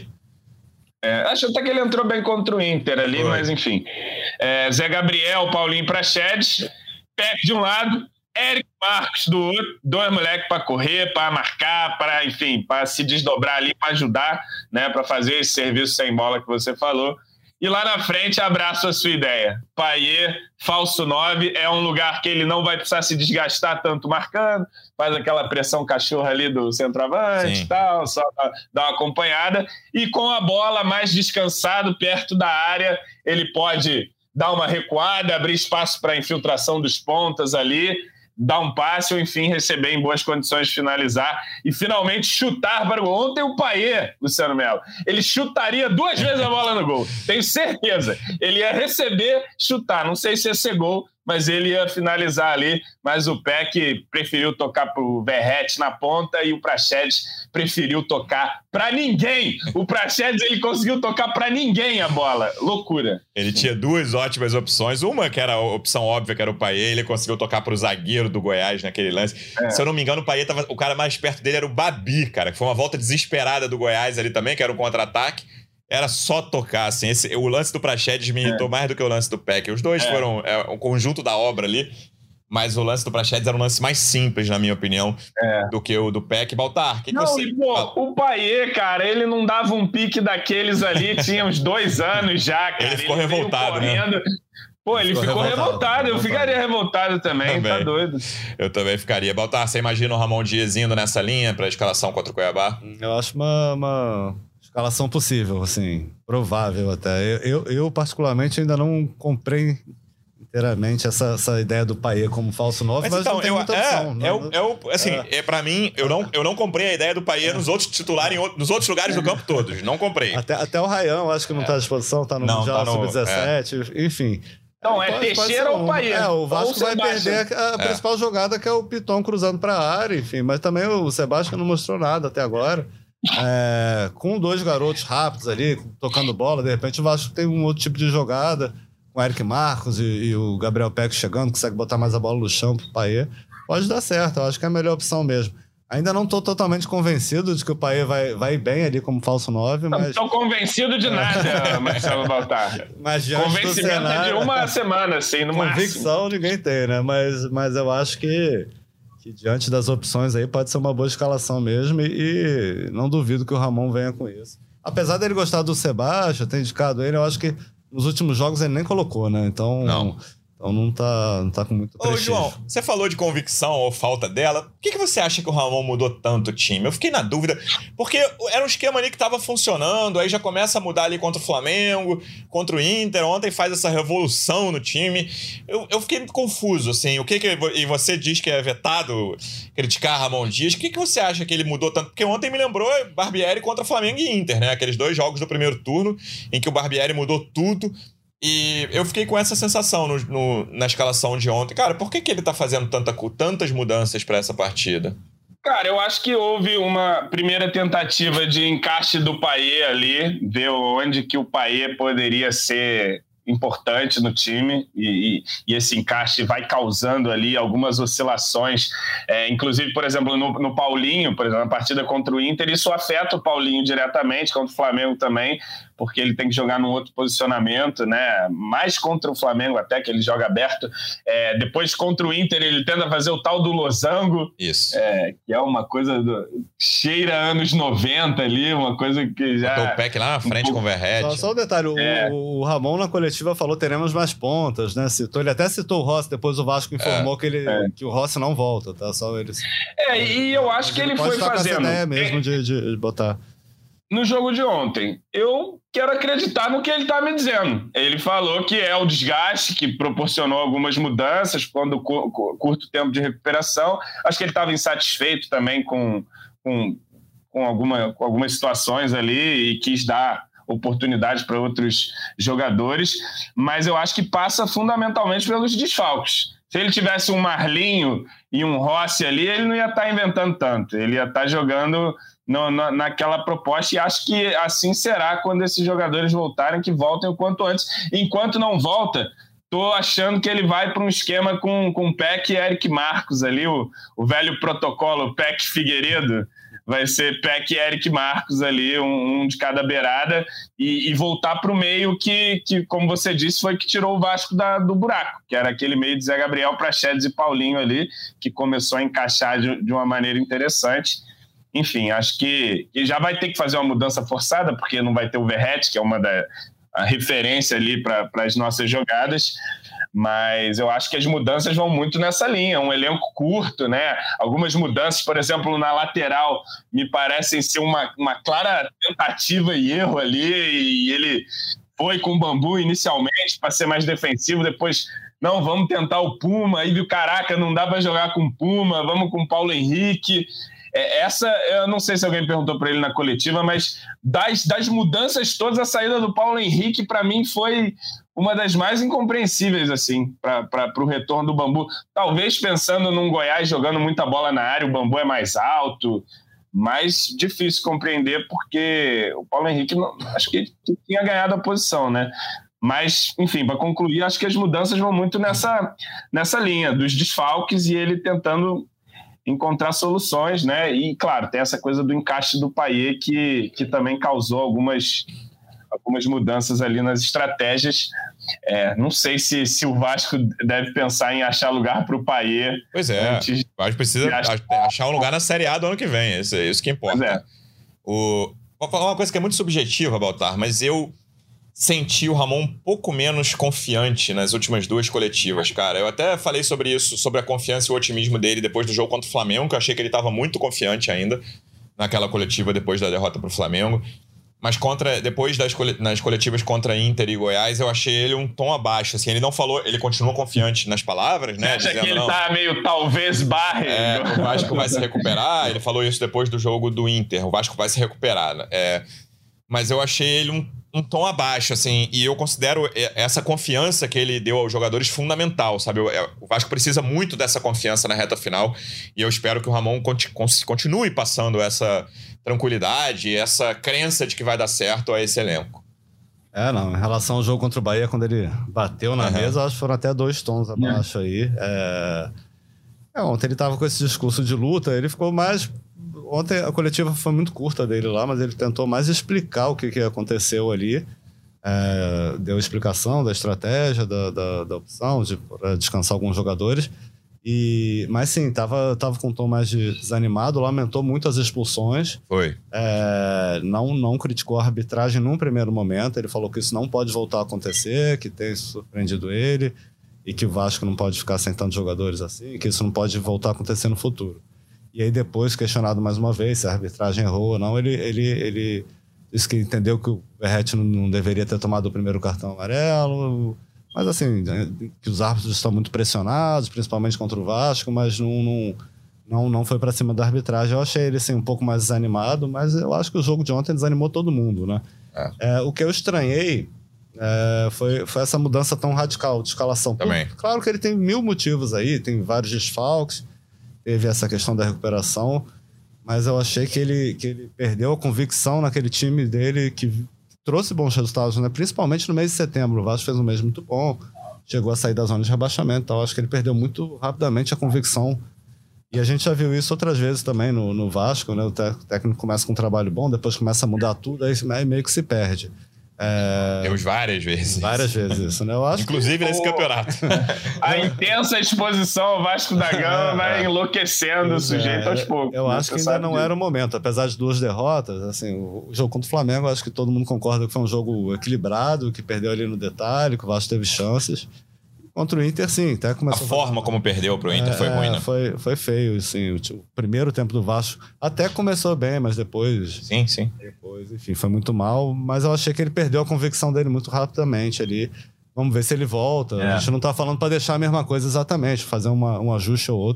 É, acho até que ele entrou bem contra o Inter ali, Foi. mas enfim. É, Zé Gabriel, Paulinho Praxedes, Peck de um lado, Eric Marcos do outro, dois moleques para correr, para marcar, para, enfim, para se desdobrar ali, para ajudar, né, para fazer esse serviço sem bola que você falou. E lá na frente, abraço a sua ideia. Payet, falso nove, é um lugar que ele não vai precisar se desgastar tanto marcando, faz aquela pressão cachorra ali do centroavante e tal, só dá uma acompanhada. E com a bola mais descansado, perto da área, ele pode dar uma recuada, abrir espaço para a infiltração dos pontas ali, dar um passe ou, enfim, receber em boas condições de finalizar e finalmente chutar para o gol. Ontem o Payet, Luciano Melo, ele chutaria duas vezes a bola no gol, tenho certeza. Ele ia receber, chutar, não sei se ia ser gol, mas ele ia finalizar ali, mas o Peck preferiu tocar para o Verratti na ponta e o Praxedes preferiu tocar para ninguém. O Praxedes, ele conseguiu tocar para ninguém a bola. Loucura. Ele tinha duas ótimas opções. Uma que era a opção óbvia, que era o Payet. Ele conseguiu tocar para o zagueiro do Goiás naquele lance. É. Se eu não me engano, o Payet tava... o cara mais perto dele era o Babi, cara, que foi uma volta desesperada do Goiás ali também, que era um contra-ataque. Era só tocar, assim. Esse, o lance do Praxedes me irritou é. mais do que o lance do Peck. Os dois é. foram é, um conjunto da obra ali, mas o lance do Praxedes era um lance mais simples, na minha opinião, é. do que o do Peck. Baltar, o que, que não, você... E, pô, o Payet, cara, ele não dava um pique daqueles ali, tinha uns dois anos já, cara. Ele ficou ele revoltado, né? Pô, ele ficou, ficou revoltado, revoltado. Eu ficaria revoltado também, também, tá doido. Eu também ficaria. Baltar, você imagina o Ramon Dias indo nessa linha pra escalação contra o Cuiabá? Eu acho uma... uma... escalação possível, assim, provável até. Eu, eu, eu, particularmente, ainda não comprei inteiramente essa, essa ideia do Payet como falso nove, mas, mas então, não tem eu, muita opção. É, não, é, o, é o, assim, é. É, pra mim, eu não, eu não comprei a ideia do Payet é. nos outros titulares, nos outros lugares do campo todos. Não comprei. Até, até o Rayão, acho que não é. tá à disposição, tá no não, Mundial tá sub dezessete, é. enfim. Então, é Teixeira ou Payet? É, o Vasco vai perder a, a é. principal jogada, que é o Piton cruzando pra área, enfim. Mas também o Sebastião não mostrou nada até agora. É, com dois garotos rápidos ali, tocando bola, de repente o Vasco tem um outro tipo de jogada, com o Eric Marcos e, e o Gabriel Peck chegando, consegue botar mais a bola no chão pro Payet. Pode dar certo, eu acho que é a melhor opção mesmo. Ainda não estou totalmente convencido de que o Payet vai, vai bem ali como falso nove, mas... Não estou convencido de nada, Marcelo Baltar. Mas Convencimento cenário, é de uma semana, assim, no convicção máximo. Ninguém tem, né? Mas, mas eu acho que, que diante das opções aí pode ser uma boa escalação mesmo e, e não duvido que o Ramon venha com isso. Apesar dele gostar do Sebastião, ter indicado ele, eu acho que nos últimos jogos ele nem colocou, né? Então... Não. Então não tá, não tá com muito prestígio. Ô, João, você falou de convicção ou falta dela. Por que, que você acha que o Ramon mudou tanto o time? Eu fiquei na dúvida, porque era um esquema ali que tava funcionando, aí já começa a mudar ali contra o Flamengo, contra o Inter, ontem faz essa revolução no time. Eu, eu fiquei muito confuso, assim. O que que, e você diz que é vetado criticar Ramon Dias. O que, que você acha que ele mudou tanto? Porque ontem me lembrou Barbieri contra Flamengo e Inter, né? Aqueles dois jogos do primeiro turno em que o Barbieri mudou tudo. E eu fiquei com essa sensação no, no, na escalação de ontem. Cara, por que, que ele tá fazendo tanta, tantas mudanças para essa partida? Cara, eu acho que houve uma primeira tentativa de encaixe do Payet ali, ver onde que o Payet poderia ser importante no time e, e, e esse encaixe vai causando ali algumas oscilações, é, inclusive, por exemplo, no, no Paulinho, por exemplo, na partida contra o Inter, isso afeta o Paulinho diretamente, contra o Flamengo também, porque ele tem que jogar num outro posicionamento, né? Mais contra o Flamengo até, que ele joga aberto. É, depois, contra o Inter, ele tenta fazer o tal do losango. Isso. É, que é uma coisa do... cheira anos noventa ali, uma coisa que já... Botou o Peck lá na frente um com o Verratti. Só, só um detalhe, é. o, o Ramon na coletiva falou teremos mais pontas, né? Citou, ele até citou o Rossi, depois o Vasco informou é. que, ele, é. que o Rossi não volta, tá? Só eles... É, e eu acho que ele, ele foi fazendo... Essa ideia mesmo de, de, de botar... No jogo de ontem, eu quero acreditar no que ele está me dizendo. Ele falou que é o desgaste que proporcionou algumas mudanças quando curto tempo de recuperação. Acho que ele estava insatisfeito também com, com, com, alguma, com algumas situações ali e quis dar oportunidade para outros jogadores, mas eu acho que passa fundamentalmente pelos desfalques. Se ele tivesse um Marlinho e um Rossi ali, ele não ia estar inventando tanto, ele ia estar jogando no, no, naquela proposta, e acho que assim será quando esses jogadores voltarem, que voltem o quanto antes. Enquanto não volta, tô achando que ele vai para um esquema com, com Peck e Eric Marcos ali, o, o velho protocolo Peck Figueiredo, vai ser Peck e Eric Marcos ali, um, um de cada beirada, e, e voltar para o meio que, que, como você disse, foi que tirou o Vasco da, do buraco, que era aquele meio de Zé Gabriel, Praxedes e Paulinho ali, que começou a encaixar de, de uma maneira interessante. Enfim, acho que, que já vai ter que fazer uma mudança forçada, porque não vai ter o Verratti, que é uma da a referência ali para as nossas jogadas, mas eu acho que as mudanças vão muito nessa linha, um elenco curto, né? Algumas mudanças, por exemplo, na lateral, me parecem ser uma, uma clara tentativa e erro ali, e ele foi com o Bambu inicialmente para ser mais defensivo, depois, não, vamos tentar o Puma, aí viu, caraca, não dá para jogar com o Puma, vamos com o Paulo Henrique. Essa, eu não sei se alguém perguntou para ele na coletiva, mas das, das mudanças todas, a saída do Paulo Henrique, para mim, foi uma das mais incompreensíveis, assim, para o retorno do Bambu. Talvez pensando num Goiás jogando muita bola na área, o Bambu é mais alto, mas difícil compreender, porque o Paulo Henrique, não, acho que tinha ganhado a posição, né? Mas, enfim, para concluir, acho que as mudanças vão muito nessa, nessa linha, dos desfalques, e ele tentando encontrar soluções, né? E, claro, tem essa coisa do encaixe do Payet que, que também causou algumas, algumas mudanças ali nas estratégias. É, não sei se, se o Vasco deve pensar em achar lugar para o Payet. Pois é, antes... o Vasco precisa achar... achar um lugar na Série A do ano que vem, isso, isso que importa. Pois é. O... Vou falar uma coisa que é muito subjetiva, Baltar, mas eu senti o Ramon um pouco menos confiante nas últimas duas coletivas, cara. Eu até falei sobre isso, sobre a confiança e o otimismo dele depois do jogo contra o Flamengo, que eu achei que ele estava muito confiante ainda naquela coletiva depois da derrota pro Flamengo. Mas contra, depois das nas coletivas contra Inter e Goiás, eu achei ele um tom abaixo. Assim, ele não falou, ele continua confiante nas palavras, né? Você acha dizendo, que ele não, tá meio talvez barre? É, o Vasco vai se recuperar. Ele falou isso depois do jogo do Inter. O Vasco vai se recuperar, né? É, mas eu achei ele um um tom abaixo, assim, e eu considero essa confiança que ele deu aos jogadores fundamental, sabe? O Vasco precisa muito dessa confiança na reta final, e eu espero que o Ramon continue passando essa tranquilidade, essa crença de que vai dar certo a esse elenco. É, não, em relação ao jogo contra o Bahia, quando ele bateu na uhum. mesa, acho que foram até dois tons abaixo uhum. aí. É... É, ontem ele tava com esse discurso de luta, ele ficou mais... Ontem a coletiva foi muito curta dele lá, mas ele tentou mais explicar o que, que aconteceu ali. É, deu explicação da estratégia, da, da, da opção de descansar alguns jogadores. E, mas sim, tava, tava com um tom mais de desanimado, lamentou muito as expulsões. Foi. É, não, não criticou a arbitragem num primeiro momento. Ele falou que isso não pode voltar a acontecer, que tem surpreendido ele e que o Vasco não pode ficar sem tantos jogadores assim, que isso não pode voltar a acontecer no futuro. E aí depois, questionado mais uma vez se a arbitragem errou ou não, ele, ele, ele disse que entendeu que o Verratti não, não deveria ter tomado o primeiro cartão amarelo, mas assim, que os árbitros estão muito pressionados, principalmente contra o Vasco, mas não, não, não, não foi para cima da arbitragem. Eu achei ele assim, um pouco mais desanimado, mas eu acho que o jogo de ontem desanimou todo mundo, né? É. É, o que eu estranhei é, foi, foi essa mudança tão radical de escalação. Também. Pô, claro que ele tem mil motivos aí, tem vários desfalques, teve essa questão da recuperação, mas eu achei que ele, que ele perdeu a convicção naquele time dele que trouxe bons resultados, né? Principalmente no mês de setembro. O Vasco fez um mês muito bom, chegou a sair da zona de rebaixamento, então acho que ele perdeu muito rapidamente a convicção. E a gente já viu isso outras vezes também no, no Vasco, né? O técnico começa com um trabalho bom, depois começa a mudar tudo, aí meio que se perde. É... Temos várias vezes. Várias vezes isso, né? Eu acho Inclusive que... nesse campeonato. A intensa exposição ao Vasco da Gama vai enlouquecendo o sujeito aos poucos. Eu acho que ainda não disso. Era o momento. Apesar de duas derrotas, assim, o jogo contra o Flamengo, eu acho que todo mundo concorda que foi um jogo equilibrado, que perdeu ali no detalhe, que o Vasco teve chances. Contra o Inter, sim. Até começou a forma a... como perdeu pro Inter é, foi ruim, né? Foi, foi feio, assim. O, o primeiro tempo do Vasco até começou bem, mas depois... Sim, sim. Depois, enfim, foi muito mal. Mas eu achei que ele perdeu a convicção dele muito rapidamente ali. Vamos ver se ele volta. É. A gente não tá falando para deixar a mesma coisa exatamente, fazer uma, um ajuste ou outro.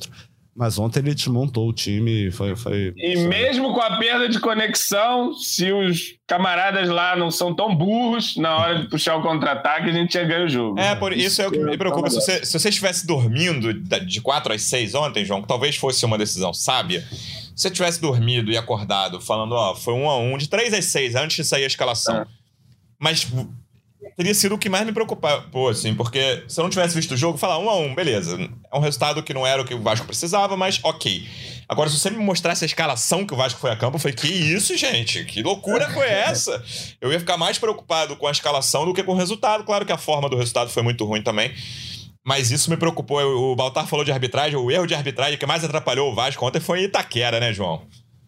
Mas ontem ele desmontou o time. Foi, foi, e foi... mesmo com a perda de conexão, se os camaradas lá não são tão burros, na hora de puxar o contra-ataque, a gente ia ganhar o jogo. É, por isso é o que me preocupa. Se você, se você estivesse dormindo de quatro às seis ontem, João, que talvez fosse uma decisão sábia, se você tivesse dormido e acordado falando, ó, foi um a um, de três às seis, antes de sair a escalação. É. Mas teria sido o que mais me preocupou, assim, porque se eu não tivesse visto o jogo, falar um a um, beleza. É um resultado que não era o que o Vasco precisava, mas ok. Agora, se você me mostrasse a escalação que o Vasco foi a campo, eu falei, que isso, gente? Que loucura foi essa? Eu ia ficar mais preocupado com a escalação do que com o resultado. Claro que a forma do resultado foi muito ruim também, mas isso me preocupou. O Baltar falou de arbitragem, o erro de arbitragem que mais atrapalhou o Vasco ontem foi em Itaquera, né, João?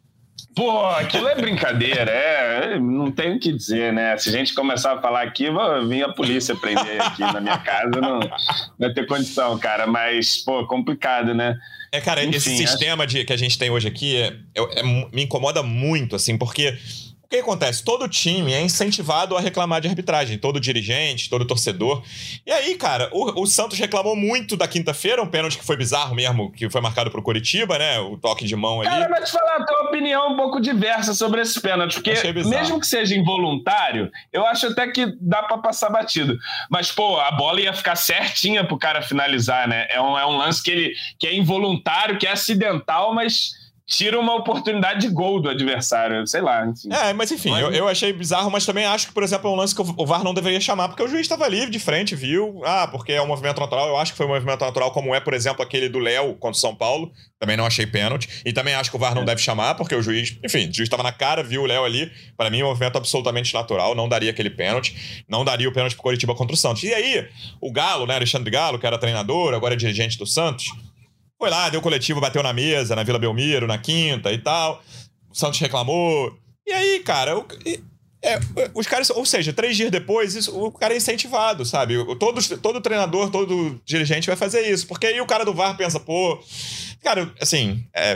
Pô, aquilo é brincadeira, é, não tem o que dizer, né? Se a gente começar a falar aqui, vai vir a polícia prender aqui na minha casa, não, não vai ter condição, cara, mas, pô, complicado, né? É, cara, Enfim, esse sistema acho... de, que a gente tem hoje aqui é, é, é, me incomoda muito, assim, porque o que acontece? Todo time é incentivado a reclamar de arbitragem, todo dirigente, todo torcedor. E aí, cara, o, o Santos reclamou muito da quinta-feira, um pênalti que foi bizarro mesmo, que foi marcado pro Coritiba, né? O toque de mão ali. Cara, mas te falar a tua opinião um pouco diversa sobre esse pênalti, porque mesmo que seja involuntário, eu acho até que dá pra passar batido. Mas, pô, a bola ia ficar certinha pro cara finalizar, né? É um, é um lance que, ele, que é involuntário, que é acidental, mas tira uma oportunidade de gol do adversário, sei lá. Enfim. É, mas enfim, mas... Eu, eu achei bizarro, mas também acho que, por exemplo, é um lance que o V A R não deveria chamar, porque o juiz estava livre de frente, viu? Ah, porque é um movimento natural. Eu acho que foi um movimento natural, como é, por exemplo, aquele do Léo contra o São Paulo. Também não achei pênalti. E também acho que o V A R não é. deve chamar, porque o juiz, enfim, o juiz estava na cara, viu o Léo ali. Para mim, é um movimento absolutamente natural, não daria aquele pênalti. Não daria o pênalti pro Coritiba contra o Santos. E aí, o Galo, né, Alexandre Galo, que era treinador, agora é dirigente do Santos, foi lá, deu coletivo, bateu na mesa, na Vila Belmiro, na quinta e tal. O Santos reclamou. E aí, cara, o, é, os caras... Ou seja, três dias depois, isso, o cara é incentivado, sabe? Todo, todo treinador, todo dirigente vai fazer isso. Porque aí o cara do V A R pensa, pô... Cara, assim, é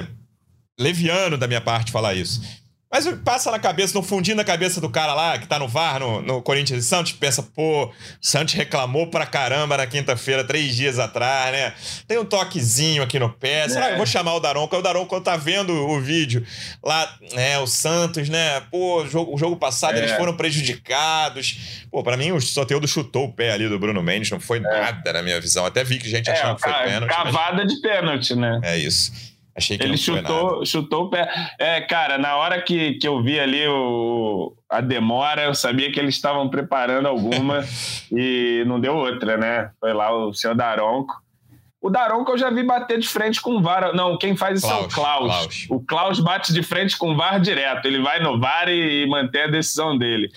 leviano da minha parte falar isso. Mas passa na cabeça, no fundinho da cabeça do cara lá, que tá no V A R, no, no Corinthians e Santos, pensa, pô, Santos reclamou pra caramba na quinta-feira, três dias atrás, né? Tem um toquezinho aqui no pé. É. Será que eu vou chamar o Daronco? O Daronco, quando tá vendo o vídeo lá, é, o Santos, né? Pô, o jogo, o jogo passado é. eles foram prejudicados. Pô, pra mim, o Soteldo chutou o pé ali do Bruno Mendes, não foi é. nada na minha visão. Até vi que gente achando é, que foi ca- pênalti. Cavada mas... de pênalti, né? É isso. Achei que ele não chutou, chutou o pé. É, cara, na hora que, que eu vi ali o, a demora, eu sabia que eles estavam preparando alguma e não deu outra, né? Foi lá o seu Daronco. O Daronco eu já vi bater de frente com o V A R. Não, quem faz isso Klaus, é o Klaus. Klaus. O Klaus bate de frente com o V A R direto. Ele vai no V A R e, e mantém a decisão dele.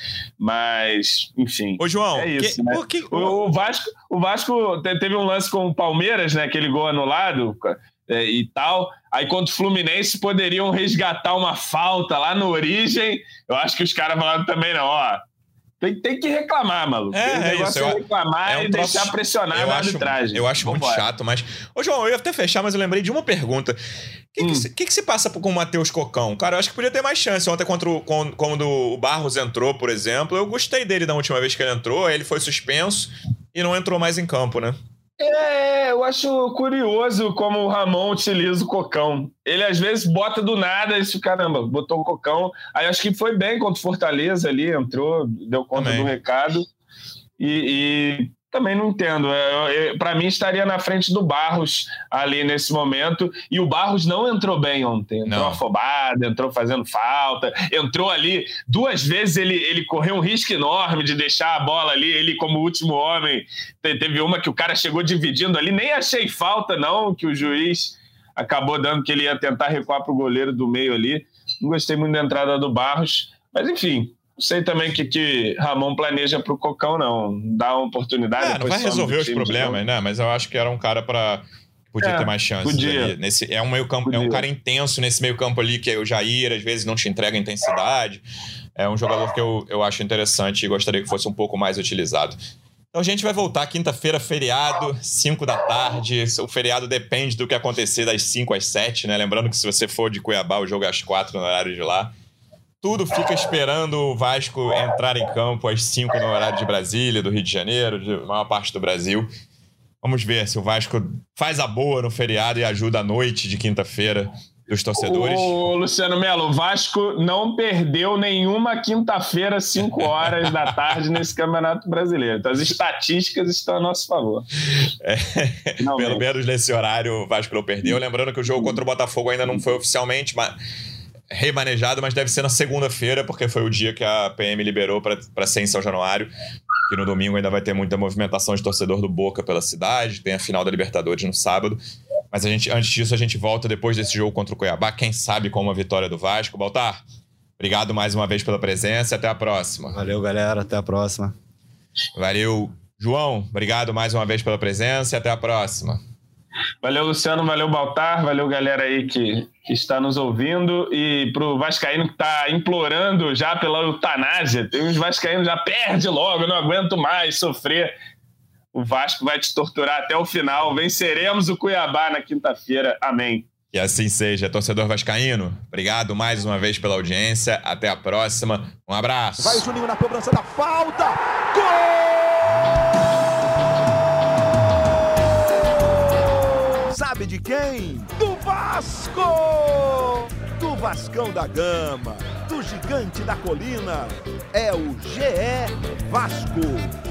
Mas, enfim. Ô, João, é isso, que, né? o, que... o, o, Vasco, o Vasco teve um lance com o Palmeiras, né? Aquele gol anulado é, e tal. Aí, contra o Fluminense, poderiam resgatar uma falta lá no Origem. Eu acho que os caras falaram também, não, ó. Tem, tem que reclamar, maluco. É, o negócio é isso. é reclamar é um e troço... deixar pressionar eu na acho, arbitragem. Eu acho Vambora. muito chato, mas... Ô, João, eu ia até fechar, mas eu lembrei de uma pergunta. O que, hum. que, se, que, que se passa com o Matheus Cocão? Cara, eu acho que podia ter mais chance. Ontem, contra o, quando o Barros entrou, por exemplo, eu gostei dele da última vez que ele entrou. Ele foi suspenso e não entrou mais em campo, né? É, eu acho curioso como o Ramon utiliza o Cocão. Ele, às vezes, bota do nada e diz, caramba, botou o Cocão. Aí, acho que foi bem contra o Fortaleza ali, entrou, deu conta também do recado. E, e também não entendo. Para mim, estaria na frente do Barros ali nesse momento. E o Barros não entrou bem ontem. Entrou não. afobado, entrou fazendo falta. Entrou ali, duas vezes ele, ele correu um risco enorme de deixar a bola ali. Ele, como último homem, teve uma que o cara chegou dividindo ali. Nem achei falta, não, que o juiz acabou dando, que ele ia tentar recuar para o goleiro do meio ali. Não gostei muito da entrada do Barros. Mas, enfim... Não sei também o que, que Ramon planeja pro Cocão, não. Dá uma oportunidade. É, não vai resolver os problemas, né? Mas eu acho que era um cara para podia é, ter mais chances podia. ali. Nesse, é, um meio campo, é um cara intenso nesse meio campo ali, que é o Jair, às vezes não te entrega intensidade. É um jogador que eu, eu acho interessante e gostaria que fosse um pouco mais utilizado. Então a gente vai voltar quinta-feira, feriado, cinco da tarde. O feriado depende do que acontecer das cinco às sete, né? Lembrando que se você for de Cuiabá, o jogo é às quatro no horário de lá. Tudo fica esperando o Vasco entrar em campo às cinco no horário de Brasília, do Rio de Janeiro, de maior parte do Brasil. Vamos ver se o Vasco faz a boa no feriado e ajuda a noite de quinta-feira dos torcedores. Ô, Luciano Melo, o Vasco não perdeu nenhuma quinta-feira, cinco horas da tarde, nesse Campeonato Brasileiro. Então, as estatísticas estão a nosso favor. É, pelo menos nesse horário, o Vasco não perdeu. Lembrando que o jogo contra o Botafogo ainda não foi oficialmente remanejado, mas deve ser na segunda-feira, porque foi o dia que a P M liberou para ser em São Januário. Que no domingo ainda vai ter muita movimentação de torcedor do Boca pela cidade. Tem a final da Libertadores no sábado. Mas a gente, antes disso, a gente volta depois desse jogo contra o Cuiabá. Quem sabe com uma vitória do Vasco. Baltar, obrigado mais uma vez pela presença e até a próxima. Valeu, galera. Até a próxima. Valeu. João, obrigado mais uma vez pela presença e até a próxima. Valeu, Luciano. Valeu, Baltar. Valeu, galera aí que, que está nos ouvindo. E pro vascaíno que está implorando já pela eutanásia. Tem uns vascaínos já perde logo, não aguento mais sofrer. O Vasco vai te torturar até o final. Venceremos o Cuiabá na quinta-feira. Amém. Que assim seja. Torcedor vascaíno, obrigado mais uma vez pela audiência. Até a próxima. Um abraço. Vai o Juninho na cobrança da falta. Gol! Sabe de quem? Do Vasco! Do Vascão da Gama. Do Gigante da Colina. É o G E Vasco.